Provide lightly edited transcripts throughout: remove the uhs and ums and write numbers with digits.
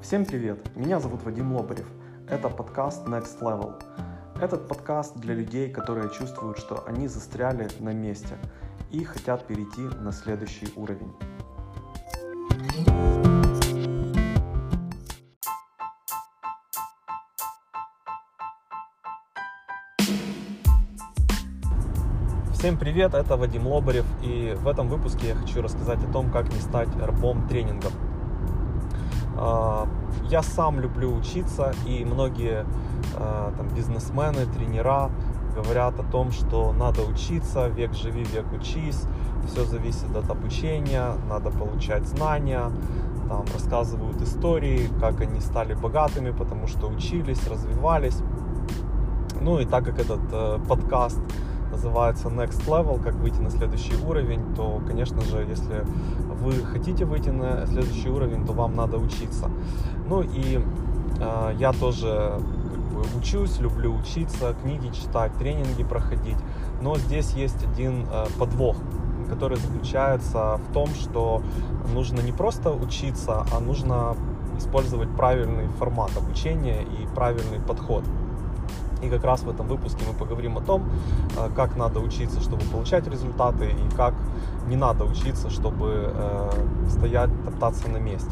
Всем привет! Меня зовут Вадим Лобарев. Это подкаст Next Level. Этот подкаст для людей, которые чувствуют, что они застряли на месте и хотят перейти на следующий уровень. Всем привет, это Вадим Лобарев, и в этом выпуске я хочу рассказать о том, как не стать рабом тренингов. Я сам люблю учиться, и многие бизнесмены, тренера говорят о том, что надо учиться, век живи, век учись, все зависит от обучения, надо получать знания, рассказывают истории, как они стали богатыми, потому что учились, развивались. Ну и так как этот подкаст называется Next Level, как выйти на следующий уровень, то, конечно же, если вы хотите выйти на следующий уровень, то вам надо учиться. Ну и я тоже учусь, люблю учиться, книги читать, тренинги проходить, но здесь есть один подвох, который заключается в том, что нужно не просто учиться, а нужно использовать правильный формат обучения и правильный подход. И как раз в этом выпуске мы поговорим о том, как надо учиться, чтобы получать результаты, и как не надо учиться, чтобы стоять, топтаться на месте.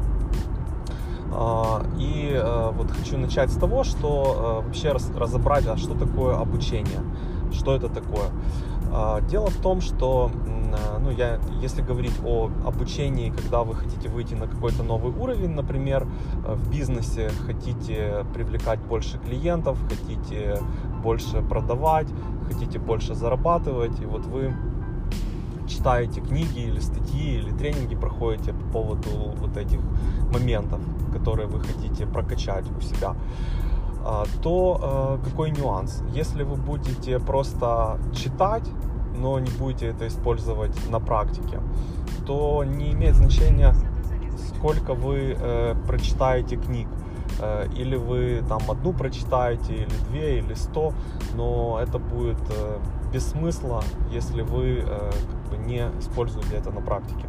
И вот хочу начать с того, что вообще разобрать, что такое обучение, что это такое. Дело в том, что если говорить о обучении, когда вы хотите выйти на какой-то новый уровень, например, в бизнесе хотите привлекать больше клиентов, хотите больше продавать, хотите больше зарабатывать, и вот вы читаете книги или статьи, или тренинги проходите по поводу вот этих моментов, которые вы хотите прокачать у себя, то какой нюанс? Если вы будете просто читать, но не будете это использовать на практике, то не имеет значения, сколько вы прочитаете книг. Или вы одну прочитаете, или 2, или 100, но это будет без смысла, если вы не используете это на практике.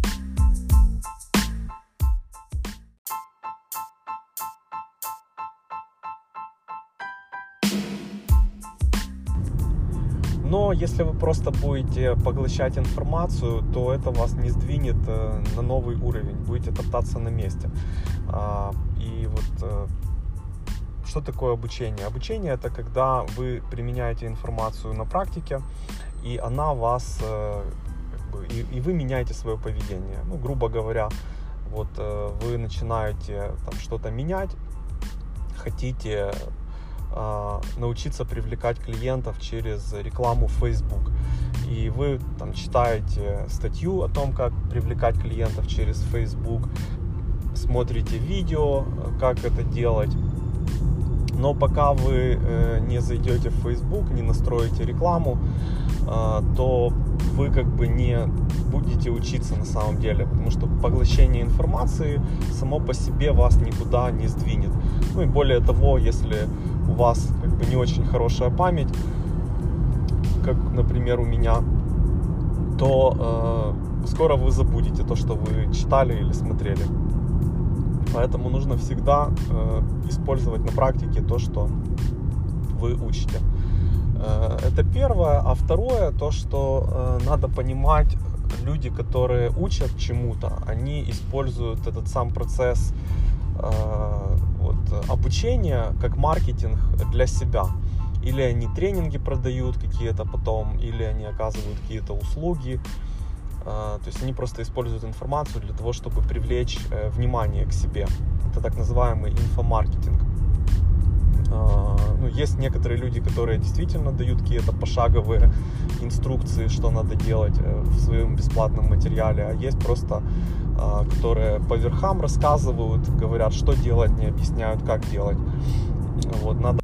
Но если вы просто будете поглощать информацию, то это вас не сдвинет на новый уровень, будете топтаться на месте. И вот что такое обучение? Обучение — это когда вы применяете информацию на практике, и она вас, и вы меняете свое поведение. Ну, грубо говоря, вот вы начинаете что-то менять, хотите научиться привлекать клиентов через рекламу в Facebook. И вы читаете статью о том, как привлекать клиентов через Facebook, смотрите видео, как это делать. Но пока вы не зайдете в Facebook, не настроите рекламу, то вы не будете учиться на самом деле, потому что поглощение информации само по себе вас никуда не сдвинет. Ну и более того, если у вас не очень хорошая память, как, например, у меня, то скоро вы забудете то, что вы читали или смотрели. Поэтому нужно всегда использовать на практике то, что вы учите. Это первое. А второе, то, что надо понимать, люди, которые учат чему-то, они используют этот сам процесс обучения как маркетинг для себя. Или они тренинги продают какие-то потом, или они оказывают какие-то услуги. То есть они просто используют информацию для того, чтобы привлечь внимание к себе. Это так называемый инфомаркетинг. Есть некоторые люди, которые действительно дают какие-то пошаговые инструкции, что надо делать в своем бесплатном материале, а есть просто, которые по верхам рассказывают, говорят, что делать, не объясняют, как делать. Вот, надо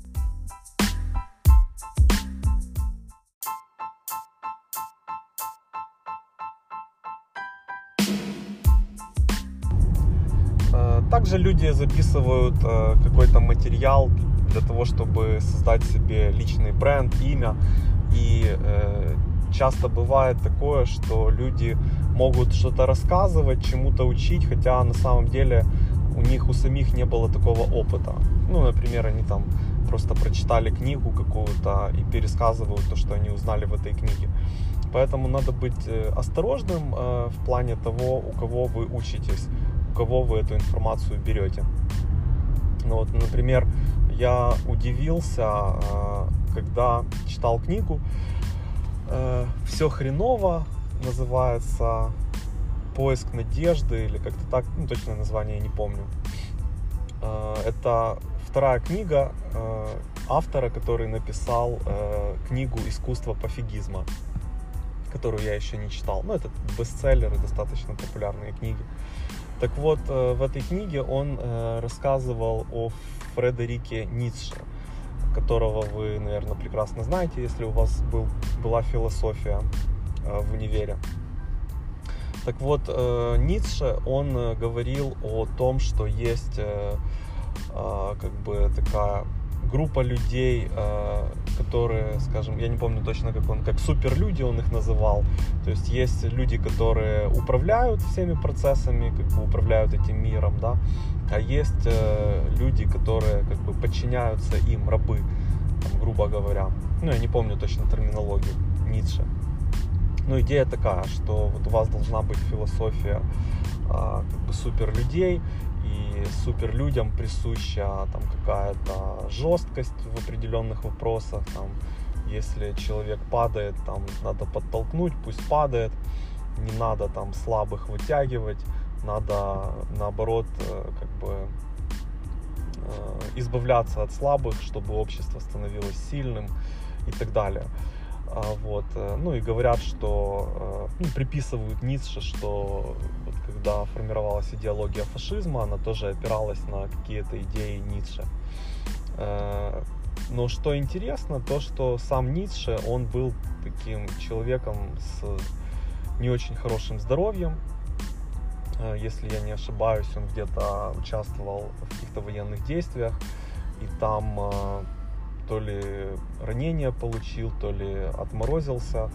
Также люди записывают какой-то материал для того, чтобы создать себе личный бренд, имя. И часто бывает такое, что люди могут что-то рассказывать, чему-то учить, хотя на самом деле у них у самих не было такого опыта. Ну, например, они там просто прочитали книгу какую-то и пересказывают то, что они узнали в этой книге. Поэтому надо быть осторожным в плане того, у кого вы учитесь, у кого вы эту информацию берете. Ну, вот, например, я удивился, когда читал книгу «Все хреново», называется, «Поиск надежды» или как-то так, ну, точное название я не помню. Это вторая книга автора, который написал книгу «Искусство пофигизма», которую я еще не читал. Ну, это бестселлеры, достаточно популярные книги. Так вот, в этой книге он рассказывал о Фредерике Ницше, которого вы, наверное, прекрасно знаете, если у вас была философия в универе. Так вот, Ницше, он говорил о том, что есть как бы такая группа людей, которые, скажем, я не помню точно, как суперлюди он их называл. То есть есть люди, которые управляют всеми процессами, как бы управляют этим миром, да, а есть люди, которые как бы подчиняются им, рабы, там, грубо говоря. Ну, я не помню точно терминологию Ницше. Но идея такая, что вот у вас должна быть философия как бы суперлюдей, и суперлюдям присуща там какая-то жесткость в определенных вопросах. Там, если человек падает, там надо подтолкнуть, пусть падает. Не надо там слабых вытягивать, надо наоборот как бы избавляться от слабых, чтобы общество становилось сильным и так далее. Вот. Ну и говорят, что приписывают Ницше, что вот, когда формировалась идеология фашизма, она тоже опиралась на какие-то идеи Ницше. Но что интересно, то что сам Ницше, он был таким человеком с не очень хорошим здоровьем. Если я не ошибаюсь, он где-то участвовал в каких-то военных действиях, и там то ли ранение получил, то ли отморозился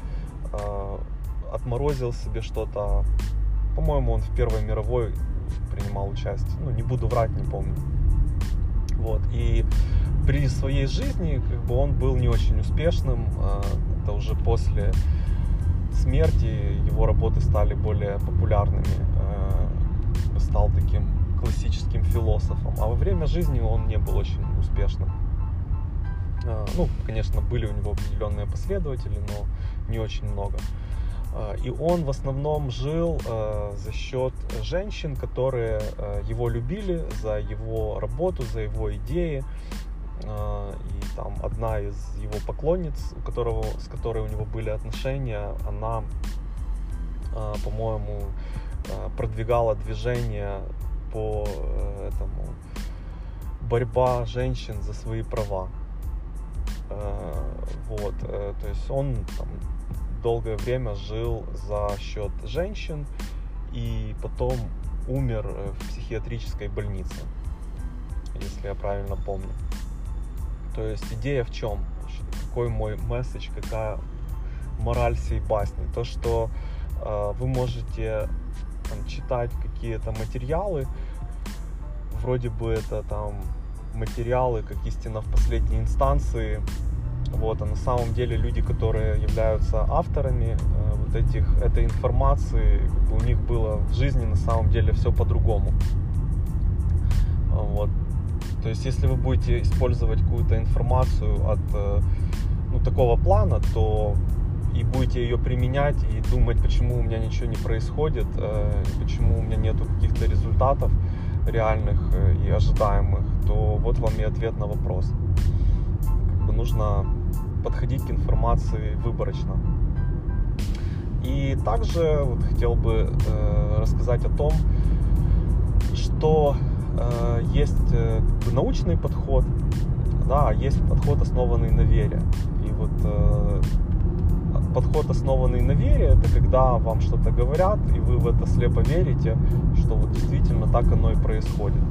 себе что-то. По-моему, он в Первой мировой принимал участие. Ну, не буду врать, не помню. Вот. И при своей жизни как бы он был не очень успешным. Это уже после смерти его работы стали более популярными. Стал таким классическим философом. А во время жизни он не был очень успешным. Ну, конечно, были у него определенные последователи, но не очень много. И он в основном жил за счет женщин, которые его любили за его работу, за его идеи. И там одна из его поклонниц, с которой у него были отношения, она, по-моему, продвигала движение по этому борьба женщин за свои права. Вот, то есть он там долгое время жил за счет женщин и потом умер в психиатрической больнице, если я правильно помню. То есть идея в чем? Какой мой месседж, какая мораль сей басни? То, что вы можете там читать какие-то материалы, вроде бы это там материалы как истина в последней инстанции, вот, а на самом деле люди, которые являются авторами вот этой информации, как бы у них было в жизни на самом деле все по-другому. Вот. То есть если вы будете использовать какую-то информацию от такого плана, то и будете ее применять и думать, почему у меня ничего не происходит, почему у меня нету каких-то результатов реальных и ожидаемых, то вот вам и ответ на вопрос. Как бы нужно подходить к информации выборочно. И также вот хотел бы рассказать о том, что есть научный подход, да, есть подход, основанный на вере. И вот подход, основанный на вере, это когда вам что-то говорят, и вы в это слепо верите, что вот действительно так оно и происходит.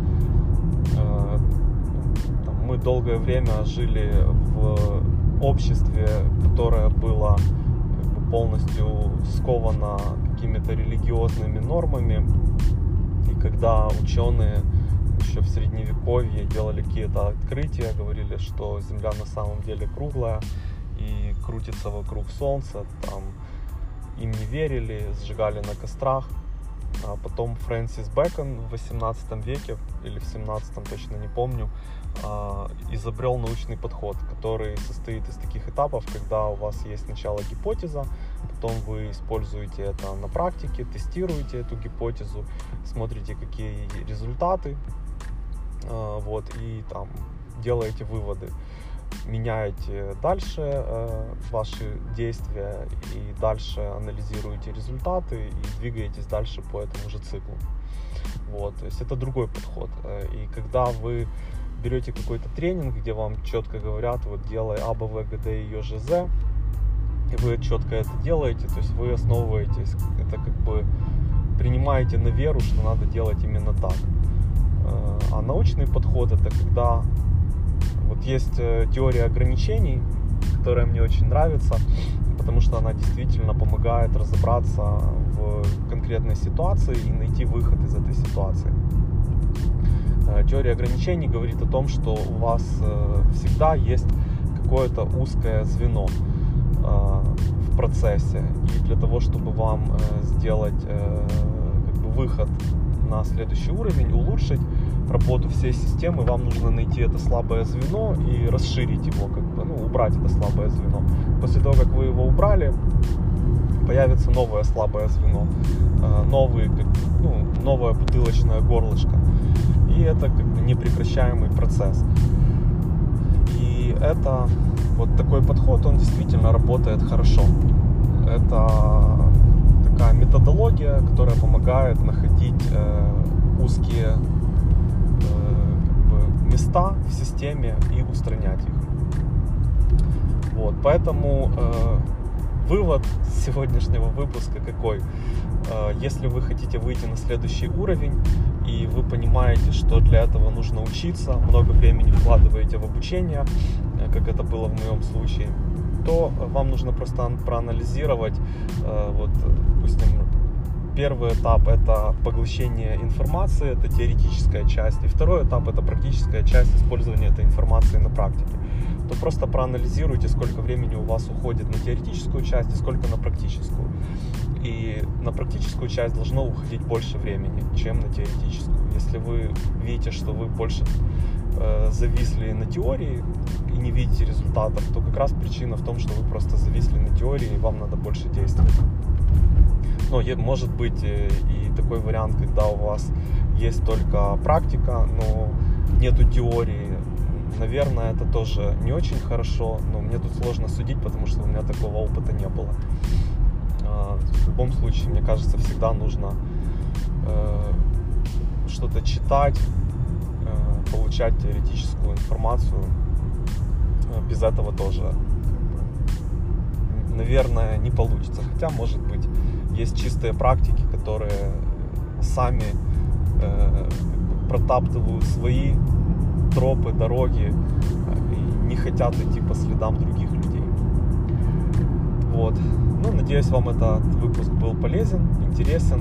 Мы долгое время жили в обществе, которое было как бы полностью сковано какими-то религиозными нормами, и когда ученые еще в средневековье делали какие-то открытия, говорили, что Земля на самом деле круглая и крутится вокруг Солнца. Там им не верили, сжигали на кострах. А потом Фрэнсис Бэкон в 18 веке или в 17, точно не помню, изобрел научный подход, который состоит из таких этапов, когда у вас есть сначала гипотеза, потом вы используете это на практике, тестируете эту гипотезу, смотрите, какие результаты, вот, и там делаете выводы, меняете дальше ваши действия и дальше анализируете результаты и двигаетесь дальше по этому же циклу. Вот, то есть это другой подход. И когда вы берете какой-то тренинг, где вам четко говорят, вот делай А, Б, В, Г, Д, И, Ё, Ж, З, и вы четко это делаете, то есть вы основываетесь, это как бы принимаете на веру, что надо делать именно так. А научный подход — это когда вот есть теория ограничений, которая мне очень нравится, потому что она действительно помогает разобраться в конкретной ситуации и найти выход из этой ситуации. Теория ограничений говорит о том, что у вас всегда есть какое-то узкое звено в процессе, и для того, чтобы вам сделать как бы выход на следующий уровень, улучшить работу всей системы, вам нужно найти это слабое звено и расширить его, как бы, убрать это слабое звено. После того, как вы его убрали, появится новое слабое звено, новое бутылочное горлышко. И это как бы непрекращаемый процесс. И это вот такой подход, он действительно работает хорошо. Это такая методология, которая помогает находить узкие места в системе и устранять их. Вот, поэтому вывод сегодняшнего выпуска какой? Если вы хотите выйти на следующий уровень и вы понимаете, что для этого нужно учиться, много времени вкладываете в обучение, как это было в моем случае, то вам нужно просто проанализировать, вот, допустим, первый этап — это поглощение информации, это теоретическая часть, и второй этап — это практическая часть использования этой информации на практике. То просто проанализируйте, сколько времени у вас уходит на теоретическую часть и сколько на практическую. И на практическую часть должно уходить больше времени, чем на теоретическую. Если вы видите, что вы больше зависли на теории и не видите результатов, то как раз причина в том, что вы просто зависли на теории и вам надо больше действовать. Но может быть и такой вариант, когда у вас есть только практика, но нету теории. Наверное, это тоже не очень хорошо, но мне тут сложно судить, потому что у меня такого опыта не было. В любом случае, мне кажется, всегда нужно что-то читать, получать теоретическую информацию. Без этого тоже, наверное, не получится. Хотя, может быть, есть чистые практики, которые сами протаптывают свои тропы, дороги и не хотят идти по следам других людей. Вот. Надеюсь, вам этот выпуск был полезен, интересен.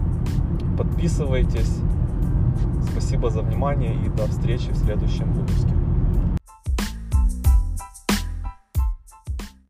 Подписывайтесь. Спасибо за внимание и до встречи в следующем выпуске.